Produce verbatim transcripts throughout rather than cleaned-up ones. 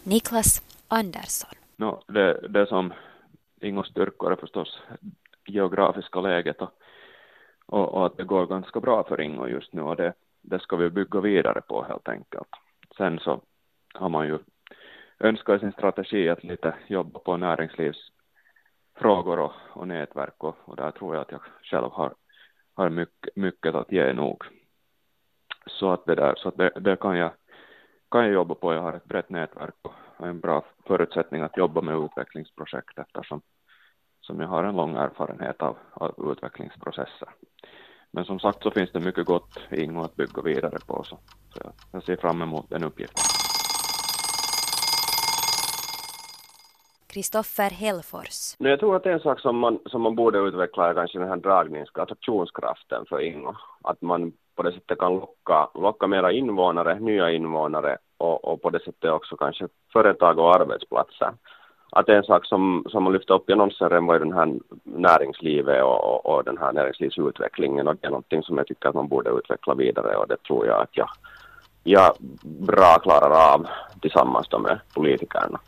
Niklas Andersson. No, det, det som Ingos styrkor är förstås geografiska läget och, och, och att det går ganska bra för Ingo just nu, och det, det ska vi bygga vidare på helt enkelt. Sen så har man ju önskat sin strategi att lite jobba på näringslivsfrågor och, och nätverk, och, och där tror jag att jag själv har, har mycket, mycket att ge nog. Så att det där, så att det, det kan jag kan jag jobba på. Jag har ett brett nätverk och en bra förutsättning att jobba med utvecklingsprojekt, eftersom som jag har en lång erfarenhet av, av utvecklingsprocesser. Men som sagt så finns det mycket gott Ingo att bygga vidare på, så, så jag, jag ser fram emot den uppgiften. Kristoffer Hellfors. Jag tror att en sak som man, som man borde utveckla är kanske den här dragnings- attraktionskraften för Ingo. Att man på det sättet kan locka, locka mera invånare, nya invånare och, och på det sättet också kanske företag och arbetsplatser. Att en sak som, som man lyfter upp i annonsen var ju den här näringslivet och, och, och den här näringslivsutvecklingen, och det är någonting som jag tycker att man borde utveckla vidare, och det tror jag att jag, jag bra klarar av tillsammans med politikerna.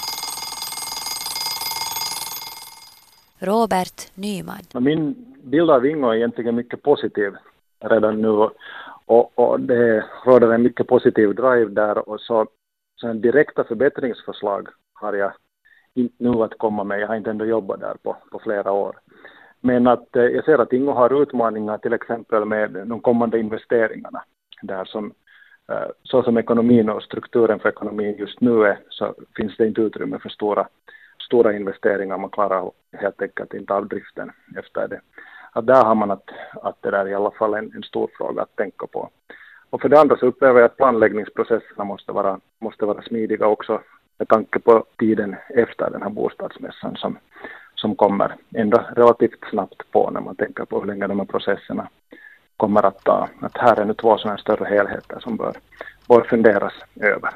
Robert Nyman. Min bild av Ingo är egentligen mycket positiv redan nu, och, och det råder en mycket positiv drive där, och så, så en direkta förbättringsförslag har jag inte nu att komma med. Jag har inte ändå jobbat där på, på flera år. Men att eh, jag ser att Ingo har utmaningar till exempel med de kommande investeringarna. Där som, eh, så som ekonomin och strukturen för ekonomin just nu är, så finns det inte utrymme för stora, stora investeringar. Man klarar helt enkelt inte av driften efter det. Att där har man att, att det där är i alla fall en, en stor fråga att tänka på. Och för det andra så upplever jag att planläggningsprocesserna måste vara, måste vara smidiga också, med tanke på tiden efter den här bostadsmässan som, som kommer ändå relativt snabbt på, när man tänker på hur länge de här processerna kommer att ta. Att här är nu två sådana större helheter som bör, bör funderas över.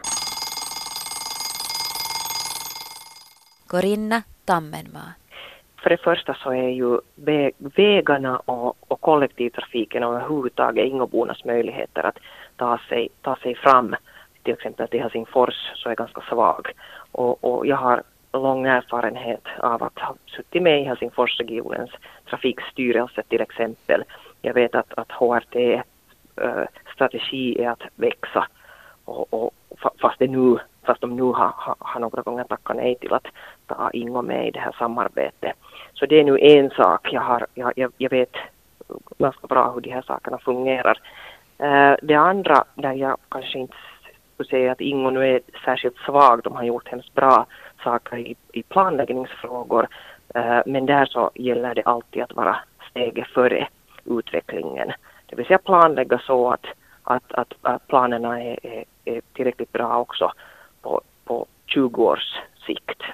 Corinna Tammenmaa. För det första så är ju vägarna och, och kollektivtrafiken och överhuvudtaget Ingobornas möjligheter att ta sig, ta sig fram, till exempel till Helsingfors, så är ganska svag. Och, och jag har lång erfarenhet av att ha suttit med i Helsingforsregionens trafikstyrelse till exempel. Jag vet att, att H R T-strategi är att växa, och, och fast, det nu, fast de nu har, har, har några gånger tackat nej till att ta Ingo med i det här samarbetet. Så det är nu en sak. Jag, har, jag, jag vet ganska bra hur de här sakerna fungerar. Uh, det andra, där jag kanske inte skulle säga att Ingo nu är särskilt svag, de har gjort hemskt bra saker i, i planläggningsfrågor, uh, men där så gäller det alltid att vara steget före utvecklingen. Det vill säga planlägga så att, att, att, att planerna är, är, är tillräckligt bra också på, på tjugo års sikt.